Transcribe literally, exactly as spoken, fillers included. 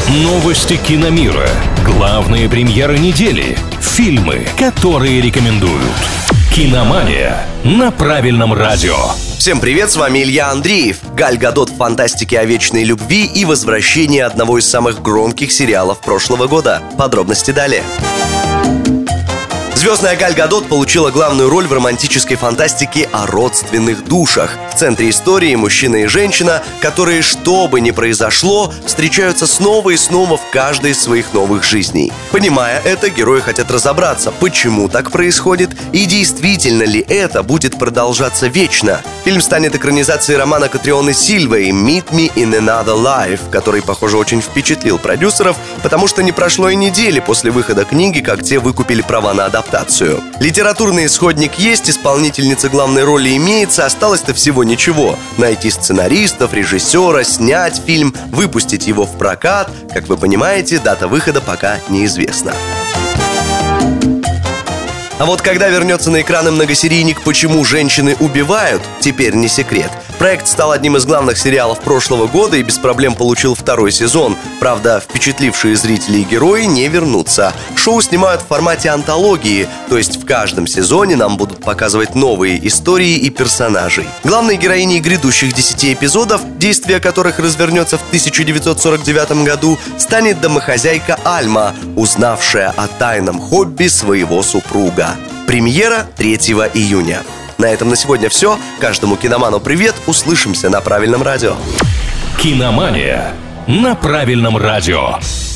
Новости киномира. Главные премьеры недели. Фильмы, которые рекомендуют. Киномания на правильном радио. Всем привет, с вами Илья Андреев. Галь Гадот в фантастике о вечной любви и возвращении одного из самых громких сериалов прошлого года. Подробности далее. Звездная Галь Гадот получила главную роль в романтической фантастике о родственных душах. В центре истории мужчина и женщина, которые, что бы ни произошло, встречаются снова и снова в каждой из своих новых жизней. Понимая это, герои хотят разобраться, почему так происходит и действительно ли это будет продолжаться вечно. Фильм станет экранизацией романа Катрионы Сильвы «Meet Me in Another Life», который, похоже, очень впечатлил продюсеров, потому что не прошло и недели после выхода книги, как те выкупили права на адаптацию. Литературный исходник есть, исполнительница главной роли имеется, осталось-то всего ничего. Найти сценаристов, режиссера, снять фильм, выпустить его в прокат. Как вы понимаете, дата выхода пока неизвестна. А вот когда вернется на экраны многосерийник «Почему женщины убивают», теперь не секрет. Проект стал одним из главных сериалов прошлого года и без проблем получил второй сезон. Правда, впечатлившие зрителей герои не вернутся. Шоу снимают в формате антологии, то есть в каждом сезоне нам будут показывать новые истории и персонажей. Главной героиней грядущих десяти эпизодов, действие которых развернется в тысяча девятьсот сорок девятом году, станет домохозяйка Альма, узнавшая о тайном хобби своего супруга. Премьера третьего июня. На этом на сегодня все. Каждому киноману привет. Услышимся на правильном радио. Киномания на правильном радио.